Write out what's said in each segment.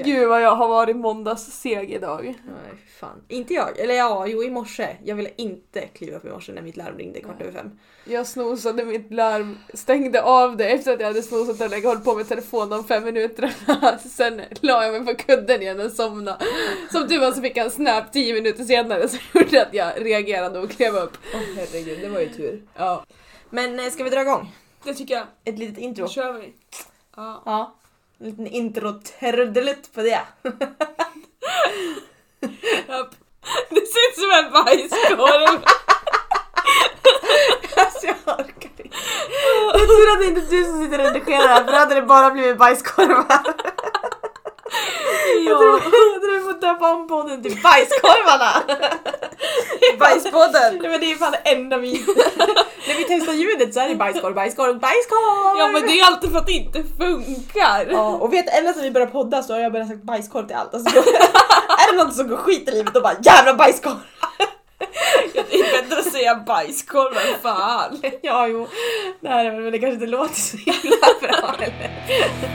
Gud vad jag har varit måndagsseg idag. Nej, fan. Inte jag. Eller ja, i morse. Jag ville inte kliva upp i morse när mitt larm ringde 5:15. Jag snosade mitt larm, stängde av det efter att jag hade snosat och hållit på med telefonen om 5 minuter. Sen la jag mig på kudden igen och somnade. Som tur var så fick jag en snap 10 minuter senare som gjorde att jag reagerade och klev upp. Herregud, det var ju tur. Ja. Men ska vi dra igång? Det tycker jag. Ett litet intro. Då kör vi. Ja. En liten intro-trudelutt på det. Det ser ut som en bajskorv. Alltså jag orkar inte. Det är tur att det inte är du som sitter och redigerar, för då hade det bara blivit bajskorvar. Jag tror vi får döpa om podden till bajskorvarna. Bajspodden. Nej, men det är fan det enda vi... När vi testar ljudet så är det bajskorv, bajskorv, bajskorv. Ja, men det är alltid för att det inte funkar. Ja, och vet ända sedan vi började podda så har jag börjat sagt bajskorv till allt. Alltså, är det något som går skit i livet och bara jävla bajskorv. Ja, det är bättre att säga bajskorv än fan. Ja, jo. Det här är väl, men det kanske inte låter så himla bra eller?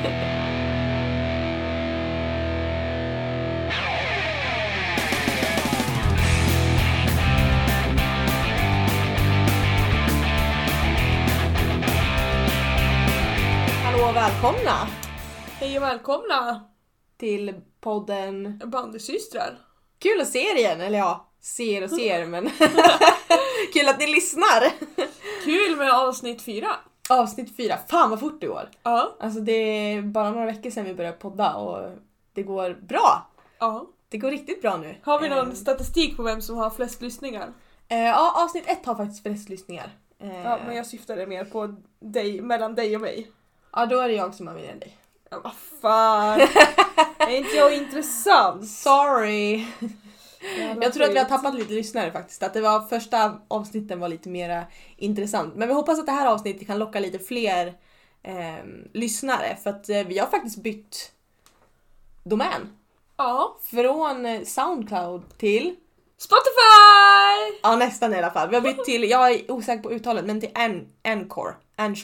Hallå och välkomna Hej och välkomna till podden Bandysystrar. Kul att se er igen, eller ja, ser men kul att ni lyssnar. Kul med avsnitt 4. Avsnitt 4, fan vad fort det går. Ja. Alltså det är bara några veckor sedan vi började podda och det går bra. Ja. Det går riktigt bra nu. Har vi någon statistik på vem som har flest lyssningar? Ja, avsnitt 1 har faktiskt flest lyssningar. Ja, men jag syftade mer på dig, mellan dig och mig. Ja, då är det jag som har mer än dig. Ja, vad fan. Är inte jag intressant? Sorry. Jag tror att vi har tappat lite lyssnare faktiskt. Att det var första avsnitten var lite mer intressant. Men vi hoppas att det här avsnittet kan locka lite fler lyssnare. För att vi har faktiskt bytt domän. Ja. Från Soundcloud till Spotify! Ja, nästan i alla fall. Vi har bytt till, jag är osäker på uttalet, men till Anchor.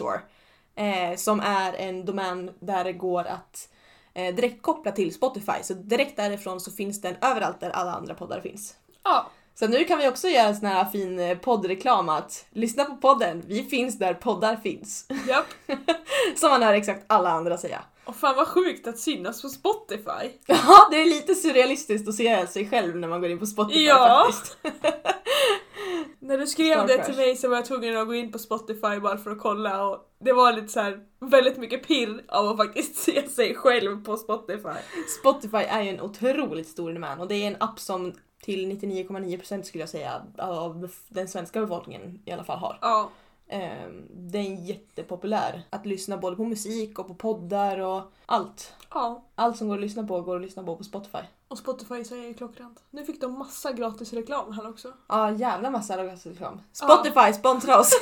Som är en domän där det går att direkt koppla till Spotify. Så direkt därifrån så finns den överallt där alla andra poddar finns. Ja. Så nu kan vi också göra en sån här fin poddreklam att lyssna på podden. Vi finns där poddar finns. Japp. Som man hör exakt alla andra säga. Och fan vad sjukt att synas på Spotify. Ja, det är lite surrealistiskt att se sig själv när man går in på Spotify faktiskt. När du skrev det till mig så var jag tvungen att gå in på Spotify bara för att kolla. Och det var lite så här väldigt mycket pirr av att faktiskt se sig själv på Spotify. Spotify är ju en otroligt stor domän och det är en app som till 99,9% skulle jag säga av den svenska befolkningen i alla fall har. Ja. Det är jättepopulär att lyssna både på musik och på poddar och allt. Ja. Allt som går att lyssna på Spotify. Och Spotify så är ju klockrent. Nu fick de massa gratis reklam här också. Ja, jävla massa reklam. Spotify, sponsra oss!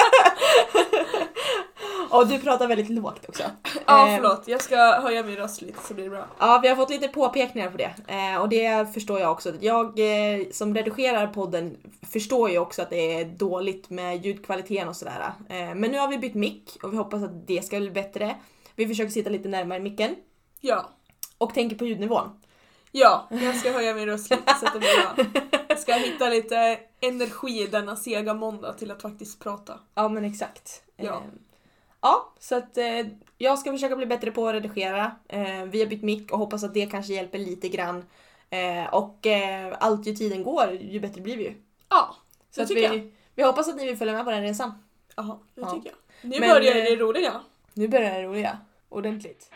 Och du pratar väldigt lågt också. Ja, förlåt. Jag ska höja min röst lite så blir det bra. Ja, vi har fått lite påpekningar på det. Och det förstår jag också. Jag som redigerar podden förstår ju också att det är dåligt med ljudkvaliteten och sådär. Men nu har vi bytt mick och vi hoppas att det ska bli bättre. Vi försöker sitta lite närmare micken. Ja. Och tänker på ljudnivån. Ja, jag ska höja min röst lite så att det blir bra. Jag ska hitta lite energi denna sega måndag till att faktiskt prata. Ja, men exakt. Ja. Ja, så att jag ska försöka bli bättre på att redigera. Vi har bytt mick och hoppas att det kanske hjälper lite grann. Och allt ju tiden går, ju bättre blir vi ju. Ja, så att vi hoppas att ni vill följa med på den resan. Jaha, det tycker jag. Nu börjar det roliga. Nu börjar det roliga. Ordentligt.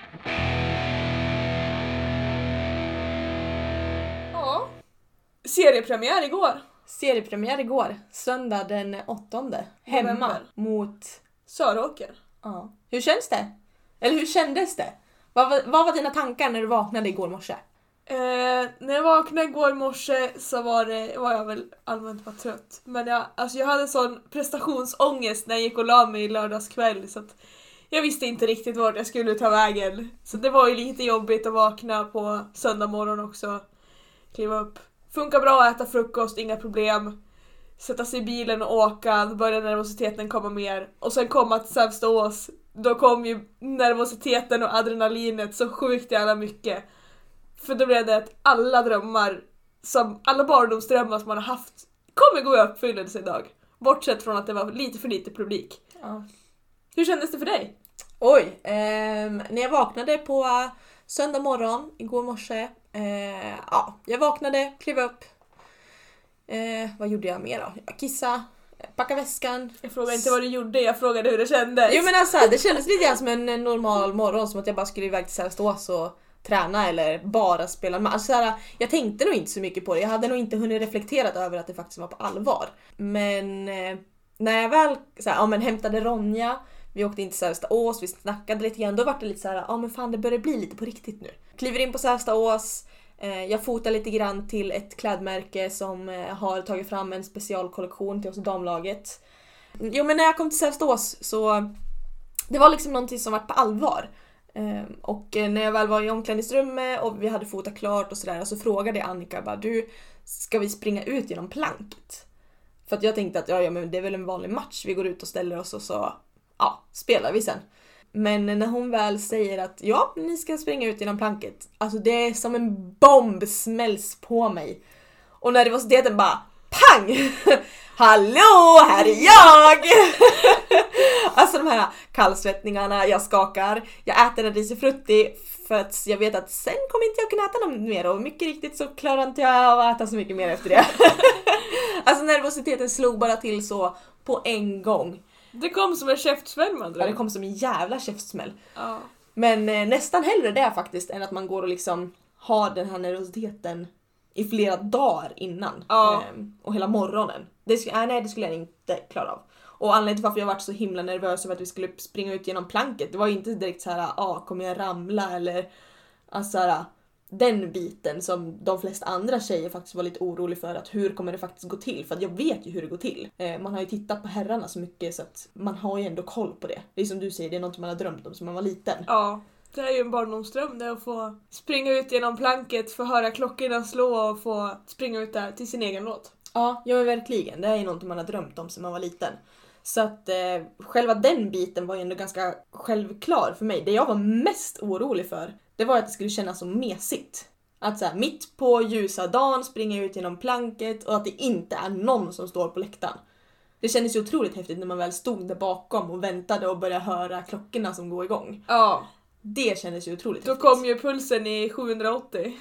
Ja. Seriepremiär igår. Söndag den 8:e. Hemma November. mot Söråker. Ja. Hur känns det? Eller hur kändes det? Vad var dina tankar när du vaknade igår morse? När jag vaknade igår morse så var jag väl allmänt bara trött. Men jag hade sån prestationsångest när jag gick och la mig i lördagskväll så att jag visste inte riktigt vart jag skulle ta vägen. Så det var ju lite jobbigt att vakna på söndag morgon också. Kliva upp. Funkar bra att äta frukost, inga problem. Sätta sig i bilen och åka, då började nervositeten komma mer. Och sen komma till Sävstaås, då kom ju nervositeten och adrenalinet så sjukt jävla mycket. För då blev det att alla barndomsdrömmar som man har haft kommer gå i uppfyllelse idag. Bortsett från att det var lite för lite publik. Ja. Hur kändes det för dig? Oj, när jag vaknade på söndag morgon, igår morse. Jag vaknade, klev upp. Vad gjorde jag mer då? Jag kissade, packade väskan. Jag frågade inte vad du gjorde, jag frågade hur det kändes. Jo men alltså, det kändes lite grann som en normal morgon. Som att jag bara skulle iväg till Sävstås och träna eller bara spela match. Alltså, jag tänkte nog inte så mycket på det. Jag hade nog inte hunnit reflektera över att det faktiskt var på allvar. Men när jag väl hämtade Ronja, vi åkte in till Sävstås, vi snackade lite grann. Då var det lite såhär, men fan det börjar bli lite på riktigt nu. Kliver in på Sävstås. Jag fotar lite grann till ett klädmärke som har tagit fram en specialkollektion till oss damlaget. Jo men när jag kom till Sävstås så det var liksom någonting som var på allvar. Och när jag väl var i omklädningsrummet och vi hade fotat klart och sådär, så frågade jag Annika bara, ska vi springa ut genom planket? För att jag tänkte att men det är väl en vanlig match, vi går ut och ställer oss och så spelar vi sen. Men när hon väl säger att ni ska springa ut genom planket, alltså det är som en bomb smälls på mig. Och nervositeten bara pang! Hallå, här är jag! Alltså de här kallsvettningarna, jag skakar. Jag äter en risifrutti för att jag vet att sen kommer inte jag kunna äta något mer. Och mycket riktigt så klarar inte jag av att äta så mycket mer efter det. Alltså nervositeten slog bara till så på en gång. Det kom som en käftsmäll man Ja, det kom som en jävla käftsmäll. Ja. Men nästan hellre det faktiskt än att man går och liksom har den här nervositeten i flera dagar innan. Ja. Och hela morgonen. Det skulle jag inte klara av. Och anledningen till varför jag varit så himla nervös över att vi skulle springa ut genom planket, det var ju inte direkt så här, kommer jag ramla eller alltså den biten som de flesta andra tjejer faktiskt var lite orolig för, att hur kommer det faktiskt gå till, för att jag vet ju hur det går till. Man har ju tittat på herrarna så mycket så att man har ju ändå koll på det. Det är som du säger, det är något man har drömt om som man var liten. Ja, det är ju en barndomsdröm, det att få springa ut genom planket, få höra klockorna slå och få springa ut där till sin egen låt. Ja, men verkligen. Det är ju något man har drömt om som man var liten. Så att själva den biten var ju ändå ganska självklar för mig. Det jag var mest orolig för, det var att det skulle kännas så mesigt. Att så här, mitt på ljusa dagen springa ut genom planket och att det inte är någon som står på läktaren. Det kändes ju otroligt häftigt när man väl stod där bakom och väntade och började höra klockorna som går igång. Ja. Det kändes ju otroligt häftigt. Då kom ju pulsen i 780.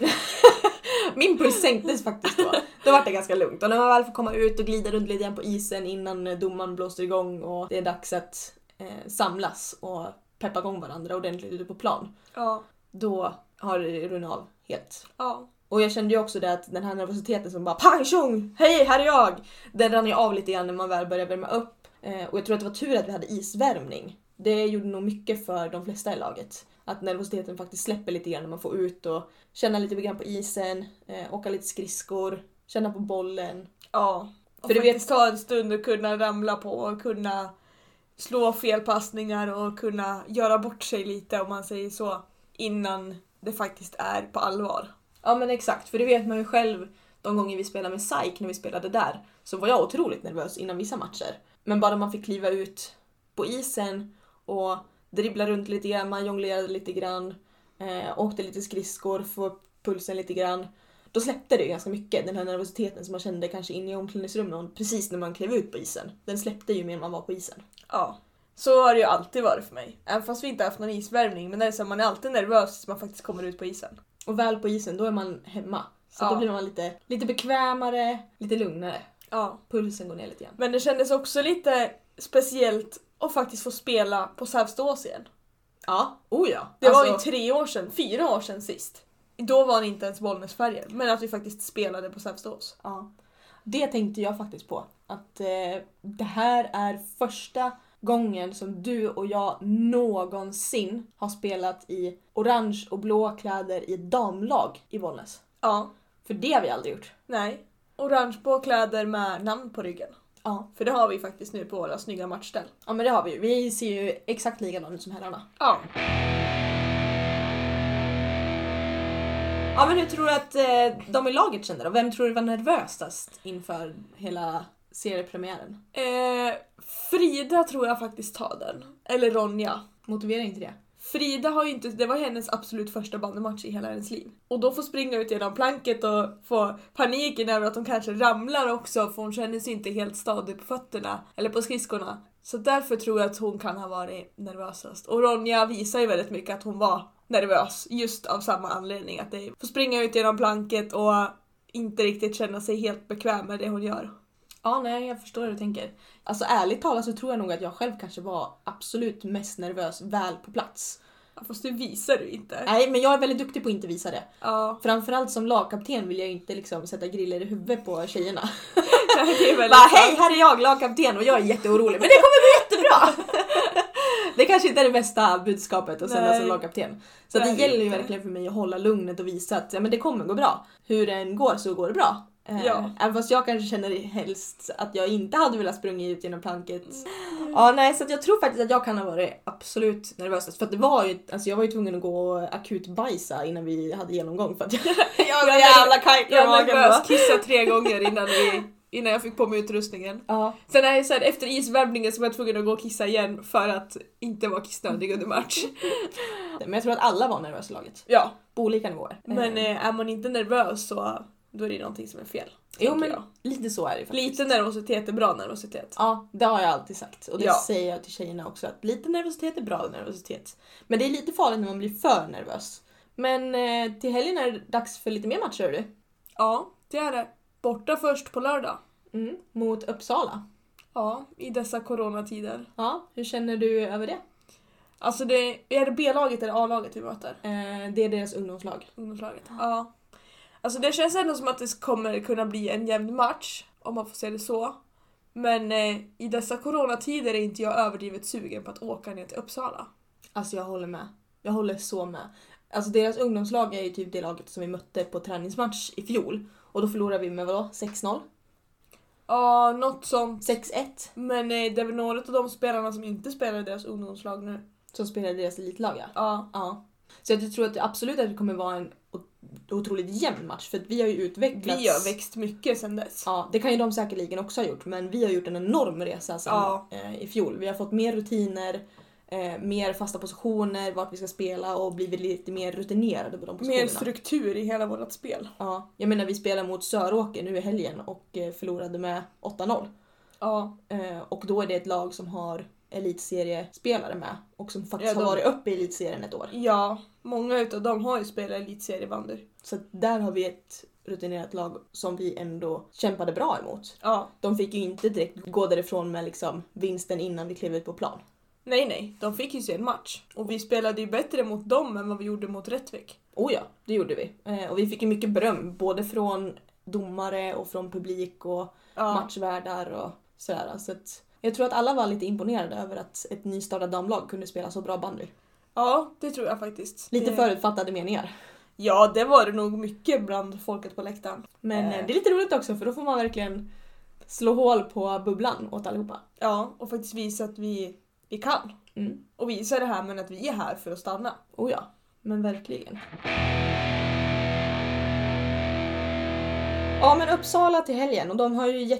Min puls sänktes faktiskt då. Då var det ganska lugnt. Och när man väl får komma ut och glida runt lite grann på isen innan domaren blåser igång och det är dags att samlas och peppa igång varandra ordentligt ute på plan. Ja. Då har det runnit av helt. Ja. Och jag kände ju också det att den här nervositeten som bara pang tjong, hej här är jag. Den rann ju av lite grann när man väl började värma upp. Och jag tror att det var tur att vi hade isvärmning. Det gjorde nog mycket för de flesta i laget. Att nervositeten faktiskt släpper lite grann när man får ut och känna lite grann på isen, åka lite skridskor, känna på bollen. Ja, och för faktiskt ta en stund och kunna ramla på och kunna slå felpassningar och kunna göra bort sig lite, om man säger så, innan det faktiskt är på allvar. Ja men exakt, för det vet man ju själv de gånger vi spelade med SAIK, när vi spelade där, så var jag otroligt nervös innan vissa matcher. Men bara man fick kliva ut på isen och dribbla runt lite grann, man jonglerade lite grann, åkte lite skridskor, få upp pulsen lite grann. Då släppte det ju ganska mycket, den här nervositeten som man kände kanske inne i omklädningsrummet precis när man klev ut på isen. Den släppte ju mer när man var på isen. Ja, så har det ju alltid varit för mig. Även fast vi inte haft någon isvärmning, men det är så att man är alltid nervös när man faktiskt kommer ut på isen. Och väl på isen, då är man hemma. Så då blir man lite bekvämare, lite lugnare. Ja. Pulsen går ner lite grann. Men det kändes också lite speciellt att faktiskt få spela på Sävstås igen. Ja, ja. Det var ju 4 år sedan sist. Då var det inte ens Bollnäsfärger, men att vi faktiskt spelade på Sävstås. Ja, det tänkte jag faktiskt på. Att det här är första gången som du och jag någonsin har spelat i orange och blå kläder i damlag i Bollnäs. Ja. För det har vi aldrig gjort. Nej, orange blå kläder med namn på ryggen. Ja. För det har vi faktiskt nu på våra snygga matchställ. Ja, men det har vi ju. Vi ser ju exakt likadant ut som herrarna. Ja. Ja, men hur tror du att de i laget kände då? Vem tror du var nervösast inför hela seriepremiären? Frida tror jag faktiskt tar den. Eller Ronja. Motivering till det? Frida har ju inte, det var hennes absolut första bandymatch i hela hennes liv. Och då får springa ut genom planket och få paniken över att hon kanske ramlar också, för hon känner sig inte helt stadig på fötterna eller på skridskorna. Så därför tror jag att hon kan ha varit nervösast. Och Ronja visar ju väldigt mycket att hon var nervös just av samma anledning, att det får springa ut genom planket och inte riktigt känna sig helt bekväm med det hon gör. Ja, nej, jag förstår hur du tänker. Alltså ärligt talat så tror jag nog att jag själv kanske var absolut mest nervös väl på plats. Ja, fast det visar du inte. Nej, men jag är väldigt duktig på att inte visa det. Ja. Framförallt som lagkapten vill jag inte liksom sätta griller i huvudet på tjejerna. Det är väldigt bara, hej, här är jag, lagkapten, och jag är jätteorolig. Men det kommer bli jättebra! Det kanske inte är det bästa budskapet att sända som lagkapten. Så det gäller ju verkligen för mig att hålla lugnet och visa att ja, men det kommer gå bra. Hur den går så går det bra. Även fast jag kanske känner helst att jag inte hade velat springa ut genom planket. Ja, nej, så att jag tror faktiskt att jag kan ha varit absolut nervösast. För att det var ju, alltså jag var ju tvungen att gå och akut bajsa innan vi hade genomgång. För att jag var jävla kajk i magen. Jag kissade 3 gånger innan jag fick på mig utrustningen. Ja. Sen är det så här, efter isvärmningen så var jag tvungen att gå och kissa igen för att inte vara kissnödig under match. Men jag tror att alla var nervösa i laget. Ja. På olika nivåer. Men är man inte nervös så då är det någonting som är fel. Jo, men lite så är det faktiskt. Lite nervositet är bra nervositet. Ja, det har jag alltid sagt. Och det säger jag till tjejerna också. Att lite nervositet är bra nervositet. Men det är lite farligt när man blir för nervös. Men till helgen är det dags för lite mer matcher, är du? Ja, det är det. Borta först på lördag. Mot Uppsala. Ja, i dessa coronatider. Ja, hur känner du över det? Alltså är det B-laget eller A-laget vi möter? Det är deras ungdomslag. Ungdomslaget, ja. Alltså det känns ändå som att det kommer kunna bli en jämn match, om man får se det så. Men i dessa coronatider är inte jag överdrivet sugen på att åka ner till Uppsala. Alltså jag håller med. Jag håller så med. Alltså deras ungdomslag är ju typ det laget som vi mötte på träningsmatch i fjol. Och då förlorade vi med vadå? 6-0? Ja, något sånt. 6-1. Men det är väl några av de spelarna som inte spelar i deras ungdomslag nu. Som spelar i deras elitlag, ja. Ja. Så jag tror att det absolut att det kommer vara en otroligt jämn match. För att vi har ju utvecklats. Vi har växt mycket sedan dess. Ja, det kan ju de säkerligen också ha gjort. Men vi har gjort en enorm resa sedan i fjol. Vi har fått mer rutiner, mer fasta positioner, vart vi ska spela och blivit lite mer rutinerade på de positionerna. Mer struktur i hela vårt spel. Ja, jag menar vi spelar mot Söråker nu i helgen och förlorade med 8-0. Ja. Och då är det ett lag som har elitseriespelare med och som faktiskt har varit uppe i elitserien ett år. Ja, många utav dem har ju spelat elitseriebandy. Så där har vi ett rutinerat lag som vi ändå kämpade bra emot. Ja. De fick ju inte direkt gå därifrån med liksom vinsten innan vi klev ut på plan. Nej, de fick ju se en match. Och vi spelade ju bättre mot dem än vad vi gjorde mot Rättvik. Oh ja, det gjorde vi. Och vi fick ju mycket beröm, både från domare och från publik och matchvärdar och sådär. Så att jag tror att alla var lite imponerade över att ett nystartat damlag kunde spela så bra bandy. Ja, det tror jag faktiskt. Lite förutfattade meningar. Ja, det var det nog mycket bland folket på läktaren. Men det är lite roligt också, för då får man verkligen slå hål på bubblan åt allihopa. Ja, och faktiskt visa att vi kan. Och visa det här, men att vi är här för att stanna. Oh ja, men verkligen. Ja, men Uppsala till helgen, och de har ju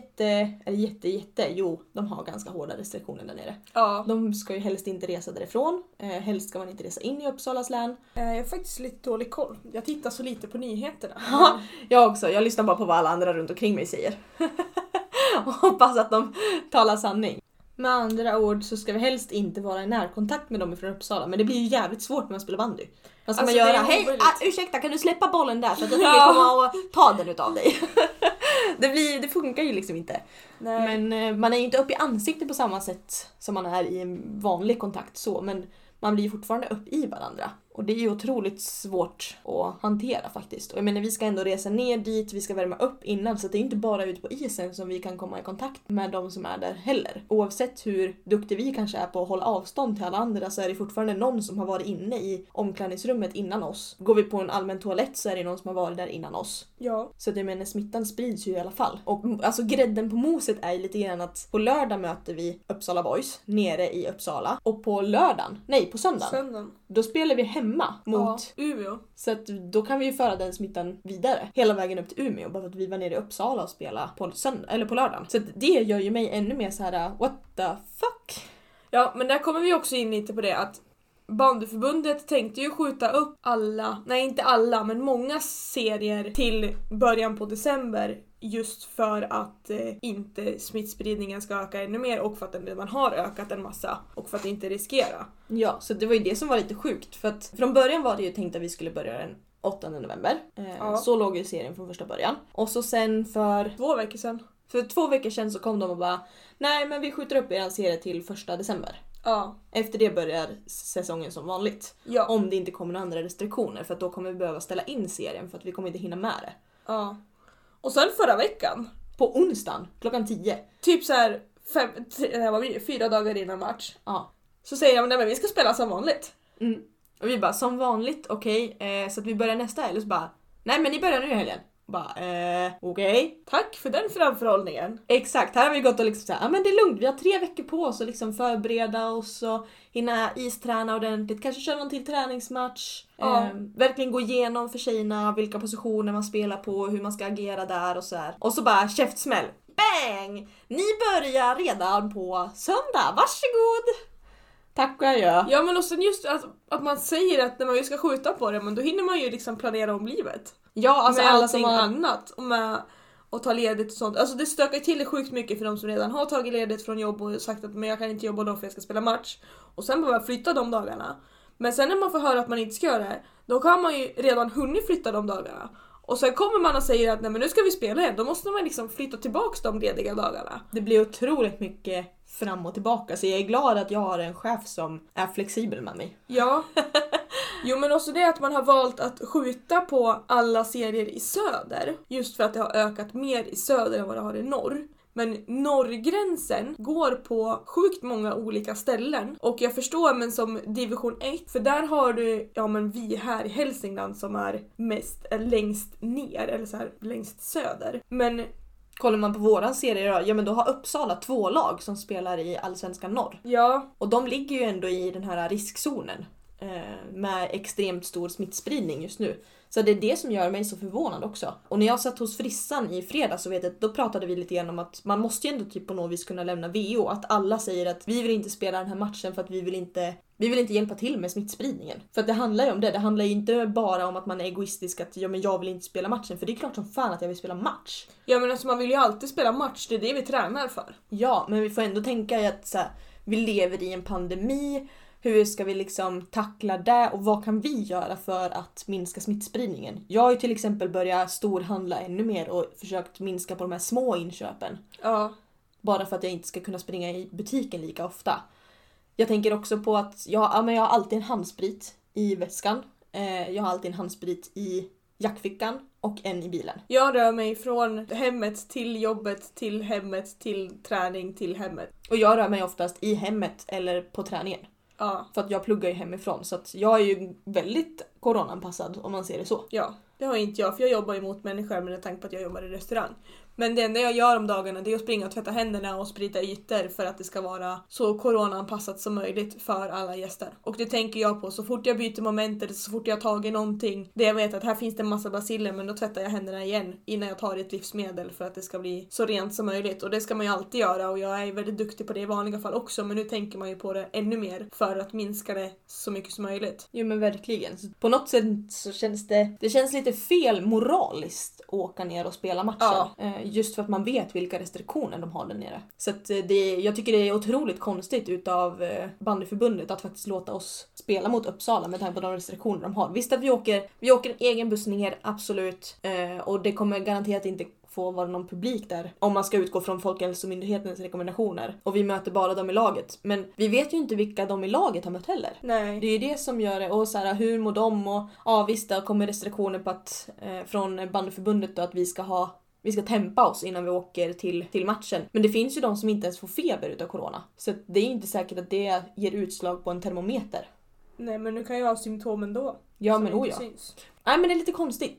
de har ganska hårda restriktioner där nere. Ja. De ska ju helst inte resa därifrån, helst ska man inte resa in i Uppsalas län. Jag har faktiskt lite dålig koll. Jag tittar så lite på nyheterna. Ja, jag också. Jag lyssnar bara på vad alla andra runt omkring mig säger. Och hoppas att de talar sanning. Med andra ord så ska vi helst inte vara i närkontakt med dem från Uppsala. Men det blir ju jävligt svårt när man spelar bandy. Vad ska man göra? Hej, ursäkta, kan du släppa bollen där? För att jag tänker komma och ta den utav dig. Det funkar ju liksom inte. Nej. Men man är ju inte uppe i ansiktet på samma sätt som man är i en vanlig kontakt så. Men man blir ju fortfarande upp i varandra. Och det är ju otroligt svårt att hantera faktiskt. Och jag menar, vi ska ändå resa ner dit, vi ska värma upp innan. Så det är inte bara ute på isen som vi kan komma i kontakt med de som är där heller. Oavsett hur duktiga vi kanske är på att hålla avstånd till alla andra, så är det fortfarande någon som har varit inne i omklädningsrummet innan oss. Går vi på en allmän toalett så är det någon som har varit där innan oss. Ja. Så jag menar, smittan sprids ju i alla fall. Och alltså grädden på moset är lite grann att på lördag möter vi Uppsala Boys nere i Uppsala. Och på söndagen. Då spelar vi hemma mot Umeå. Så att då kan vi ju föra den smittan vidare hela vägen upp till Umeå, bara för att vi var nere i Uppsala och spela på lördagen. Så att det gör ju mig ännu mer så här: what the fuck? Ja, men där kommer vi också in lite på det att bandyförbundet tänkte ju skjuta upp inte alla, men många serier till början på december. Just för att inte smittspridningen ska öka ännu mer och för att den redan har ökat en massa och för att inte riskera. Ja, så det var ju det som var lite sjukt. För att från början var det ju tänkt att vi skulle börja den 8 november. Så låg ju serien från första början. Och så sen för 2 veckor sedan. För 2 veckor sedan så kom de och bara nej men vi skjuter upp er serie till 1 december. Ja. Efter det börjar säsongen som vanligt. Ja. Om det inte kommer några andra restriktioner. För att då kommer vi behöva ställa in serien för att vi kommer inte hinna med det. Ja. Och sen förra veckan. På onsdagen, klockan 10. Typ så här 4 dagar innan match. Ja. Så säger de, nej men vi ska spela som vanligt. Mm. Och vi bara, som vanligt, okej. Så att vi börjar nästa helg. Och så bara, nej men ni börjar nu i helgen. Bara, okej. Tack för den framförhållningen. Exakt, här har vi gått och liksom såhär, ja men det är lugnt. Vi har 3 veckor på oss att liksom förbereda oss och hinna isträna ordentligt. Kanske köra någon till träningsmatch. Ja. Verkligen gå igenom för tjejerna vilka positioner man spelar på, hur man ska agera där och så här. Och så bara käftsmäll. Bang! Ni börjar redan på söndag, varsågod! Tack och adjö. Ja men och sen just att man säger att när man ska skjuta på det, men då hinner man ju liksom planera om livet. Ja, alltså med alla allting som har... annat. Och med att ta ledigt och sånt. Alltså det stökar till det sjukt mycket för de som redan har tagit ledigt från jobb och sagt att men jag kan inte jobba då för jag ska spela match. Och sen behöver jag flytta de dagarna. Men sen när man får höra att man inte ska göra det, då kan man ju redan hunnit flytta de dagarna. Och sen kommer man och säger att nej men nu ska vi spela igen. Då måste man liksom flytta tillbaks de lediga dagarna. Det blir otroligt mycket fram och tillbaka. Så jag är glad att jag har en chef som är flexibel med mig. Ja. Jo men också det att man har valt att skjuta på alla serier i söder. Just för att det har ökat mer i söder än vad det har i norr. Men norrgränsen går på sjukt många olika ställen. Och jag förstår, men som division 1, för där har du, ja men vi här i Hälsingland som är längst ner, eller så här längst söder. Men kollar man på våran serie då, ja men då har Uppsala 2 lag som spelar i Allsvenskan norr. Ja. Och de ligger ju ändå i den här riskzonen med extremt stor smittspridning just nu. Så det är det som gör mig så förvånad också. Och när jag satt hos frissan i fredags så vet jag, då pratade vi lite grann om att man måste ju ändå typ på något vis kunna lämna VO. Att alla säger att vi vill inte spela den här matchen för att vi vill inte hjälpa till med smittspridningen. För att det handlar ju om det. Det handlar ju inte bara om att man är egoistisk att ja, men jag vill inte spela matchen. För det är klart som fan att jag vill spela match. Ja men alltså man vill ju alltid spela match. Det är det vi tränar för. Ja, men vi får ändå tänka att så här, vi lever i en pandemi. Hur ska vi liksom tackla det och vad kan vi göra för att minska smittspridningen? Jag har ju till exempel börjat storhandla ännu mer och försökt minska på de här små inköpen. Ja. Bara för att jag inte ska kunna springa i butiken lika ofta. Jag tänker också på att jag har alltid en handsprit i väskan. Jag har alltid en handsprit i jackfickan och en i bilen. Jag rör mig från hemmet till jobbet, till hemmet, till träning, till hemmet. Och jag rör mig oftast i hemmet eller på träningen. Ja. För att jag pluggar ju hemifrån. Så att jag är ju väldigt coronaanpassad om man ser det så. Ja, det har inte jag. För jag jobbar ju mot människor med tanke på att jag jobbar i restaurang. Men det enda jag gör om dagarna det är att springa och tvätta händerna och sprita ytor för att det ska vara så coronaanpassat som möjligt för alla gäster. Och det tänker jag på så fort jag byter moment eller så fort jag tagit någonting. Det jag vet att här finns det en massa baciller men då tvättar jag händerna igen innan jag tar ett livsmedel för att det ska bli så rent som möjligt. Och det ska man ju alltid göra och jag är väldigt duktig på det i vanliga fall också. Men nu tänker man ju på det ännu mer för att minska det så mycket som möjligt. Jo men verkligen. Så på något sätt så känns det känns lite fel moraliskt att åka ner och spela matcher. Ja. Just för att man vet vilka restriktioner de har där nere. Så att jag tycker det är otroligt konstigt utav bandyförbundet att faktiskt låta oss spela mot Uppsala med tanke på de restriktioner de har. Visst att vi åker en egen buss ner, absolut. Och det kommer garanterat inte få vara någon publik där om man ska utgå från Folkhälsomyndighetens rekommendationer. Och vi möter bara dem i laget. Men vi vet ju inte vilka de i laget har mött heller. Nej. Det är ju det som gör det. Och så här, hur mår de? Och ja visst, det kommer restriktioner på att från bandyförbundet då, att vi ska tempa oss innan vi åker till matchen. Men det finns ju de som inte ens får feber utav corona. Så det är inte säkert att det ger utslag på en termometer. Nej men nu kan ju ha symptomen då. Ja men ja. Nej men det är lite konstigt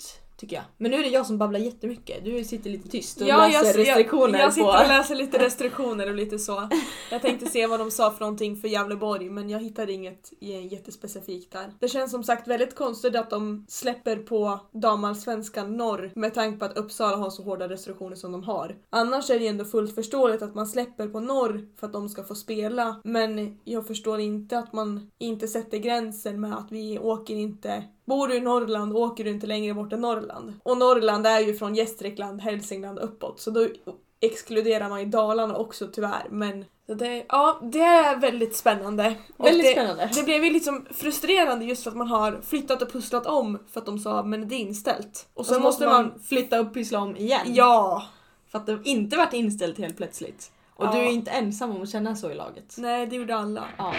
tycker jag. Men nu är det jag som babblar jättemycket. Du sitter lite tyst och läser restriktioner. Jag sitter och läser lite restriktioner och lite så. Jag tänkte se vad de sa för någonting för Gävleborg, men jag hittade inget jättespecifikt där. Det känns som sagt väldigt konstigt att de släpper på damallsvenskan norr med tanke på att Uppsala har så hårda restriktioner som de har. Annars är det ändå fullt förståeligt att man släpper på norr för att de ska få spela, men jag förstår inte att man inte sätter gränsen med att vi åker inte. Bor du i Norrland åker du inte längre bort än Norrland. Och Norrland är ju från Gästrikland, Hälsingland uppåt, så då exkluderar man i Dalarna också tyvärr, men det är väldigt spännande. Väldigt spännande. Det blev ju liksom frustrerande just för att man har flyttat och pusslat om för att de sa men det är inställt. Och så måste man flytta upp och pyssla om igen. Ja. För att det inte varit inställt helt plötsligt. Och du är inte ensam om att känna så i laget. Nej, det gjorde alla. Ja.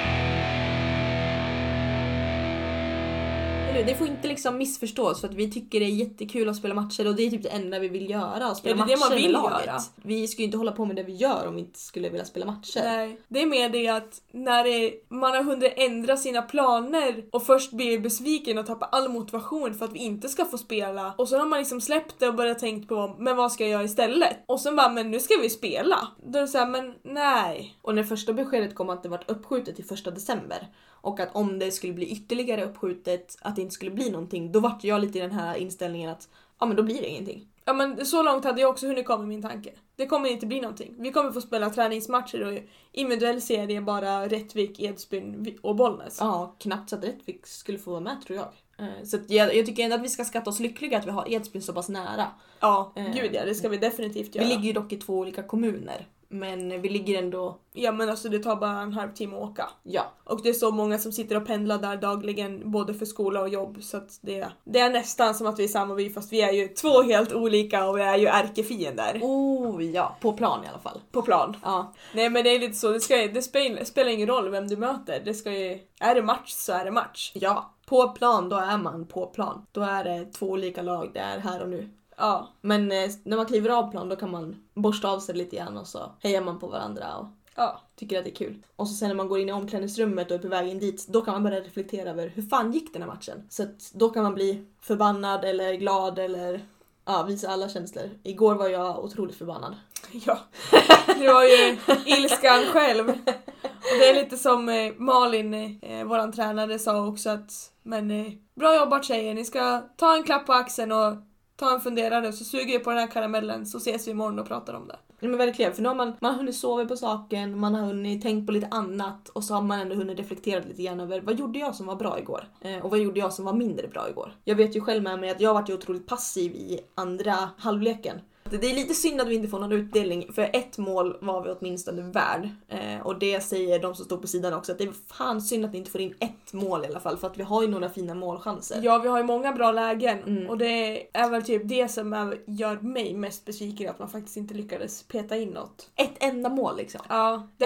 Det får inte liksom missförstås för att vi tycker det är jättekul att spela matcher och det är typ det enda vi vill göra, att spela matcher. Det man vill göra. Vi skulle inte hålla på med det vi gör om vi inte skulle vilja spela matcher. Nej, det är mer det att när man har hunnit ändra sina planer och först blir besviken och tappar all motivation för att vi inte ska få spela, och så har man liksom släppt det och börjat tänka på men vad ska jag göra istället? Och sen bara men nu ska vi spela. Då är det så här, men nej. Och när första beskedet kom att det var uppskjutet till 1 december och att om det skulle bli ytterligare uppskjutet att det inte skulle bli någonting, då var jag lite i den här inställningen att ja men då blir det ingenting. Ja men så långt hade jag också hunnit komma min tanke. Det kommer inte bli någonting. Vi kommer få spela träningsmatcher och individuell serie bara Rättvik, Edsbyn och Bollnäs. Ja, knappt så att Rättvik skulle få vara med tror jag. Så att jag tycker ändå att vi ska skatta oss lyckliga att vi har Edsbyn så pass nära. Ja, gud ja, det ska vi definitivt göra. Vi ligger ju dock i 2 olika kommuner. Men vi ligger ändå... Ja men alltså det tar bara en halvtimme att åka. Ja. Och det är så många som sitter och pendlar där dagligen både för skola och jobb. Så att det är nästan som att vi är samma by fast vi är ju 2 helt olika och vi är ju ärkefiender. Oh ja, på plan i alla fall. På plan. Ja. Nej men det är lite så, det spelar ingen roll vem du möter. Det ska ju, är det match så är det match. Ja, på plan då är man på plan. Då är det 2 olika lag, det är här och nu. Ja. Men när man kliver av plan då kan man borsta av sig lite grann och så hejar man på varandra och tycker att det är kul. Och så sen när man går in i omklädningsrummet och är på väg in dit, då kan man börja reflektera över hur fan gick den här matchen. Så att då kan man bli förbannad eller glad eller visa alla känslor. Igår var jag otroligt förbannad. Ja, det var ju ilskan själv. Och det är lite som Malin, våran tränare, sa också att men bra jobbat tjejer, ni ska ta en klapp på axeln och ta en funderare så suger vi på den här karamellen så ses vi imorgon och pratar om det. Ja, men verkligen, för nu har man har hunnit sova på saken, man har hunnit tänkt på lite annat och så har man ändå hunnit reflektera lite grann över vad gjorde jag som var bra igår och vad gjorde jag som var mindre bra igår. Jag vet ju själv med mig att jag varit ju otroligt passiv i andra halvleken. Det är lite synd att vi inte får någon utdelning, för 1 mål var vi åtminstone värd. Och det säger de som står på sidan också, att det är fan synd att ni inte får in 1 mål i alla fall, för att vi har ju några fina målchanser. Ja, vi har ju många bra lägen. Och det är väl typ det som gör mig mest besviken, att man faktiskt inte lyckades peta in något. 1 enda mål liksom. Ja, det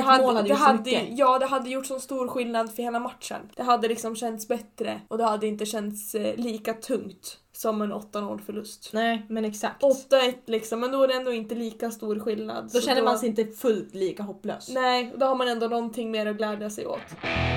hade gjort så stor skillnad för hela matchen. Det hade liksom känts bättre och det hade inte känts lika tungt som en 8-0 förlust. Nej, men exakt. 8-1 liksom, men då är det ändå inte lika stor skillnad. Då känner man sig inte fullt lika hopplös. Nej, då har man ändå någonting mer att glädja sig åt.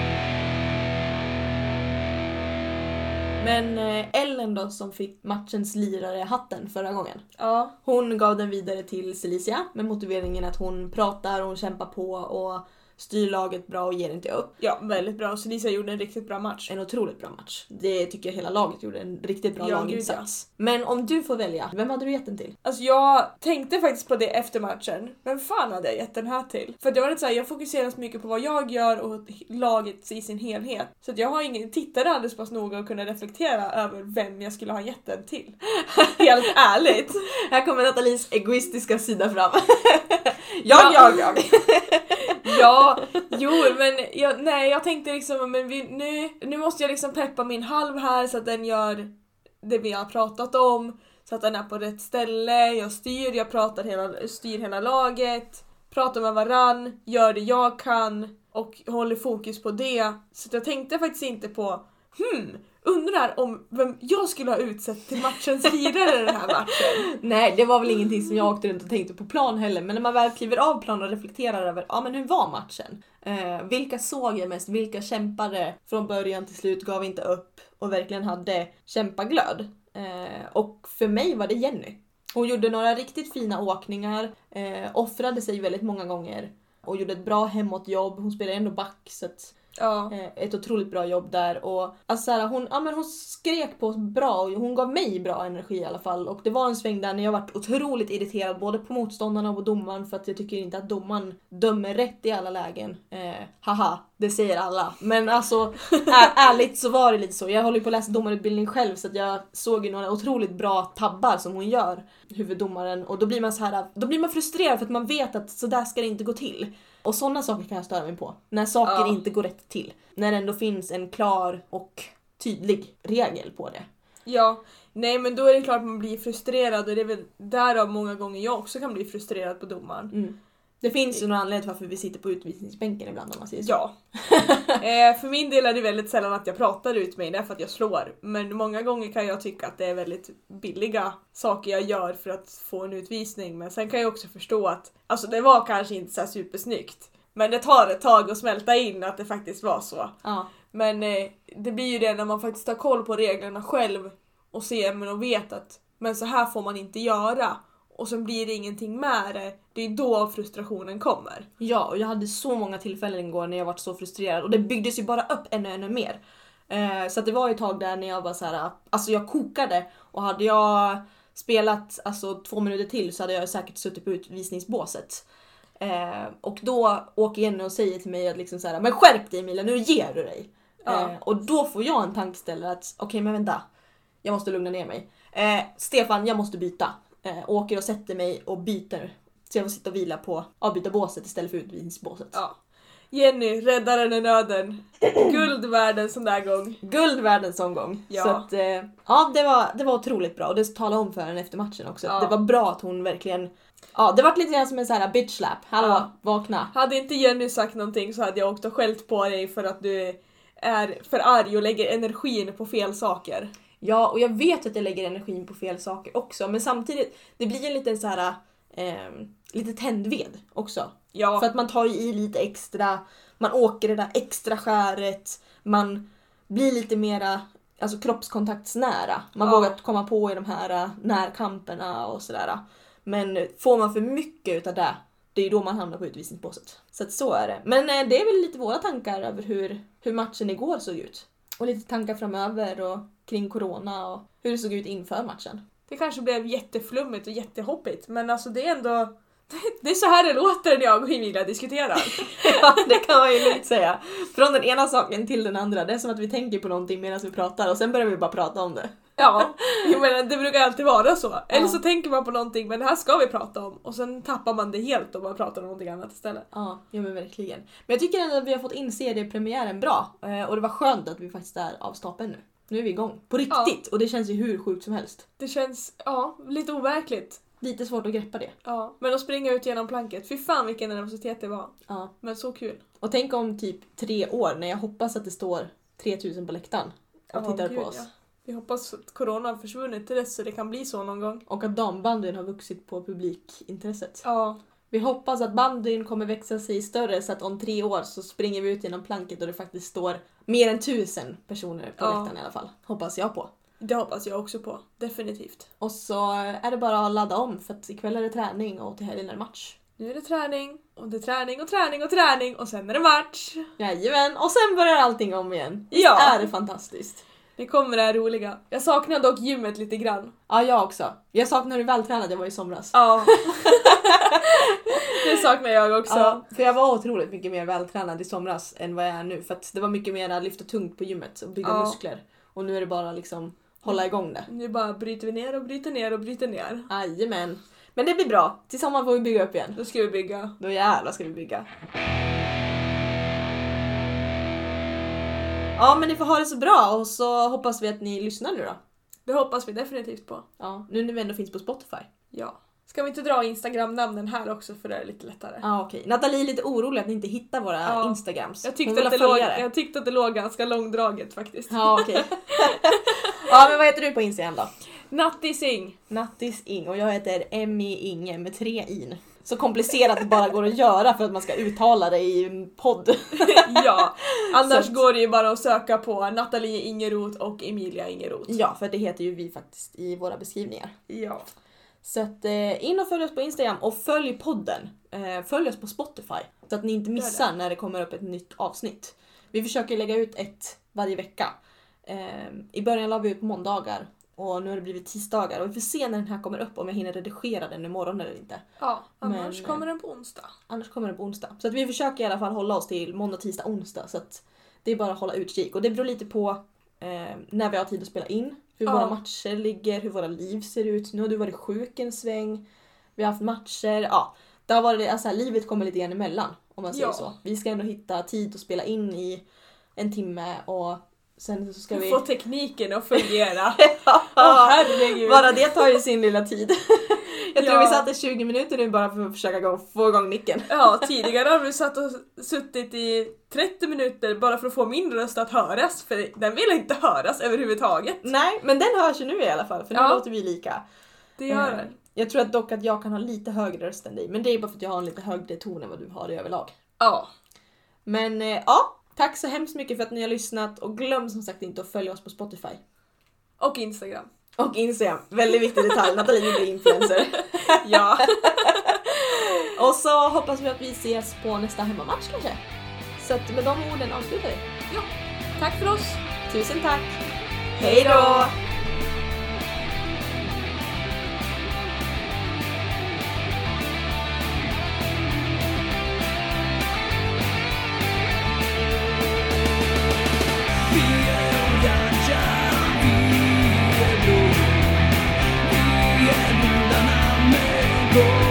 Men Ellen då, som fick matchens lirare hatten förra gången. Ja. Hon gav den vidare till Celicia med motiveringen att hon pratar och hon kämpar på och styr laget bra och ger inte upp. Ja, väldigt bra. Så Lisa gjorde en riktigt bra match. En otroligt bra match. Det tycker jag hela laget gjorde, en riktigt bra laginsats. Ja. Men om du får välja, vem hade du gett den till? Alltså jag tänkte faktiskt på det efter matchen. Vem fan hade jag gett den här till? För det var lite så här, jag fokuserar så mycket på vad jag gör och laget i sin helhet. Så att jag har ingen tittare alldeles pass noga och kunna reflektera över vem jag skulle ha gett den till. Helt ärligt. Här kommer Nathalies egoistiska sida fram. jag. Ja, jo, men jag tänkte liksom, men nu måste jag liksom peppa min halv här så att den gör det vi har pratat om, så att den är på rätt ställe. Jag styr hela laget, pratar med varann, gör det jag kan och håller fokus på det. Så jag tänkte faktiskt inte på undrar om vem jag skulle ha utsett till matchens lirare den här matchen. Nej, det var väl ingenting som jag åkte runt och tänkte på plan heller. Men när man väl kliver av plan och reflekterar över, men hur var matchen? Vilka såg jag mest? Vilka kämpade från början till slut, gav inte upp och verkligen hade kämpaglöd? Och för mig var det Jenny. Hon gjorde några riktigt fina åkningar, offrade sig väldigt många gånger och gjorde ett bra hemåtjobb. Hon spelade ändå back, så att, ett otroligt bra jobb där. Och alltså, hon skrek på bra och hon gav mig bra energi i alla fall. Och det var en sväng där när jag var otroligt irriterad både på motståndarna och på domaren, för att jag tycker inte att domaren dömer rätt i alla lägen. Haha, det säger alla. Men alltså ärligt så var det lite så. Jag håller ju på att läsa domarutbildning själv, så att jag såg ju några otroligt bra tabbar som hon gör, huvuddomaren. Och då blir man frustrerad för att man vet att så där ska det inte gå till. Och sådana saker kan jag störa mig på. När saker inte går rätt till. När det ändå finns en klar och tydlig regel på det. Ja, nej men då är det klart att man blir frustrerad. Och det är väl därav många gånger jag också kan bli frustrerad på domaren. Mm. Det finns ju någon anledning varför vi sitter på utvisningsbänken ibland, om man säger så. Ja. För min del är det väldigt sällan att jag pratar ut mig därför att jag slår. Men många gånger kan jag tycka att det är väldigt billiga saker jag gör för att få en utvisning. Men sen kan jag också förstå att alltså det var kanske inte så här supersnyggt. Men det tar ett tag att smälta in att det faktiskt var så. Ja. Men det blir ju det när man faktiskt tar koll på reglerna själv och ser och vet att men så här får man inte göra. Och så blir det ingenting med det. Det är då frustrationen kommer. Ja, och jag hade så många tillfällen igår när jag var så frustrerad. Och det byggdes ju bara upp ännu mer. Så att det var ett tag där när jag var så här, alltså jag kokade. Och hade jag spelat 2 minuter till så hade jag säkert suttit på utvisningsbåset. Och då åker Jenny och säger till mig att liksom så här, men skärp dig Emilia, nu ger du dig. Och då får jag en tankeställare att okej, men vänta. Jag måste lugna ner mig. Stefan, jag måste byta. Åker och sätter mig och byter. Så jag får sitta och vila på avbytarbåset istället för utvisningsbåset. Ja. Jenny, räddaren i nöden. Guld världen sån där gång. Guld världen sån gång. Ja. Så att, det var otroligt bra. Och det talade om för henne efter matchen också. Ja. Det var bra att hon verkligen... Ja, det var lite grann som en sån här bitch slap. Hallå, vakna. Hade inte Jenny sagt någonting så hade jag åkt och skällt på dig för att du är för arg och lägger energin på fel saker. Ja, och jag vet att jag lägger energin på fel saker också. Men samtidigt, det blir en liten så här... lite tändved också. Ja. För att man tar i lite extra. Man åker det där extra skäret. Man blir lite mera kroppskontaktsnära. Man vågar komma på i de här närkamperna och sådär. Men får man för mycket utav det, det är ju då man hamnar på utvisningsbåset. Så att så är det. Men det är väl lite våra tankar över hur matchen igår såg ut. Och lite tankar framöver och kring corona och hur det såg ut inför matchen. Det kanske blev jätteflummigt och jättehoppigt, men alltså det är ändå... Det är så här det låter när jag och Emilia diskuterar. Ja, det kan man ju lugnt säga. Från den ena saken till den andra. Det är som att vi tänker på någonting medan vi pratar och sen börjar vi bara prata om det. Ja, men det brukar alltid vara så. Eller så tänker man på någonting, men det här ska vi prata om. Och sen tappar man det helt och bara pratar om någonting annat istället. Ja, men verkligen. Men jag tycker ändå att vi har fått in seriepremiären bra. Och det var skönt att vi faktiskt är av stapeln nu. Nu är vi igång. På riktigt. Och det känns ju hur sjukt som helst. Det känns, lite overkligt. Lite svårt att greppa det. Ja, men att springa ut genom planket. Fy fan vilken nervositet det var. Ja. Men så kul. Och tänk om typ 3 år när jag hoppas att det står 3000 på läktaren och tittar på oss. Ja. Vi hoppas att corona har försvunnit till dess så det kan bli så någon gång. Och att dambandyn har vuxit på publikintresset. Ja. Vi hoppas att bandyn kommer växa sig större så att om 3 år så springer vi ut genom planket och det faktiskt står mer än 1000 personer på läktaren i alla fall. Hoppas jag på. Det hoppas jag också på, definitivt. Och så är det bara att ladda om för att ikväll är det träning och till helgen är det match. Nu är det träning, och det är träning och träning och träning och sen är det match. Jajamän, och sen börjar allting om igen. Ja. Det är det fantastiskt. Det kommer det här roliga. Jag saknar dock gymmet lite grann. Ja, jag också. Jag saknar hur vältränad jag var i somras. Ja. Det saknar jag också. Ja, för jag var otroligt mycket mer vältränad i somras än vad jag är nu. För att det var mycket mer att lyfta tungt på gymmet och bygga muskler. Och nu är det bara liksom hålla igång det. Nu bara bryter vi ner och bryter ner och bryter ner. Jajamän. Men det blir bra. Tillsammans får vi bygga upp igen. Då ska vi bygga. Då jävlar ska vi bygga. Ja, men ni får ha det så bra och så hoppas vi att ni lyssnar nu då. Det hoppas vi definitivt på. Ja, nu när vi ändå finns på Spotify. Ja. Ska vi inte dra Instagram-namnen här också för det är lite lättare? Ja, okej. Nathalie är lite orolig att ni inte hittar våra Instagrams. Jag tyckte att det låg ganska långdraget faktiskt. Ja, okej. Ja, men vad heter du på Instagram då? Nattising. Nattising och jag heter Emmy Inge med 3 in. så komplicerat det bara går att göra för att man ska uttala det i en podd. Ja, annars går det ju bara att söka på Nathalie Ingeroth och Emilia Ingeroth. Ja, för det heter ju vi faktiskt i våra beskrivningar. Ja. Så att in och följ oss på Instagram och följ podden. Följ oss på Spotify så att ni inte missar när det kommer upp ett nytt avsnitt. Vi försöker lägga ut ett varje vecka. I början la vi ut på måndagar och nu har det blivit tisdagar. Och vi får se när den här kommer upp om jag hinner redigera den imorgon eller inte. Ja, annars kommer den på onsdag. Annars kommer den på onsdag. Så att vi försöker i alla fall hålla oss till måndag, tisdag, onsdag. Så att det är bara att hålla utkik. Och det beror lite på när vi har tid att spela in. Hur våra matcher ligger, hur våra liv ser ut. Nu har du varit sjuk en sväng. Vi har haft matcher. Ja, det har varit, alltså, livet kommer lite grann emellan. Om man säger så. Vi ska ändå hitta tid att spela in i en timme och sen så ska vi få tekniken att fungera. Herregud. Bara det tar ju sin lilla tid. Jag tror vi satt i 20 minuter nu bara för att försöka få igång micken. Ja, tidigare har vi suttit i 30 minuter bara för att få min röst att höras. För den vill inte höras överhuvudtaget. Nej, men den hörs ju nu i alla fall. För nu låter vi lika. Det gör den. Jag tror dock att jag kan ha lite högre röst än dig. Men det är bara för att jag har en lite högre ton än vad du har i överlag. Ja. Men tack så hemskt mycket för att ni har lyssnat. Och glöm som sagt inte att följa oss på Spotify. Och Instagram. Och Instagram. Väldigt viktig detalj. Nathalie blir influencer. Ja. Och så hoppas vi att vi ses på nästa hemmamatch kanske. Så att med de orden avslutar vi. Ja. Tack för oss. Tusen tack. Hej då! Go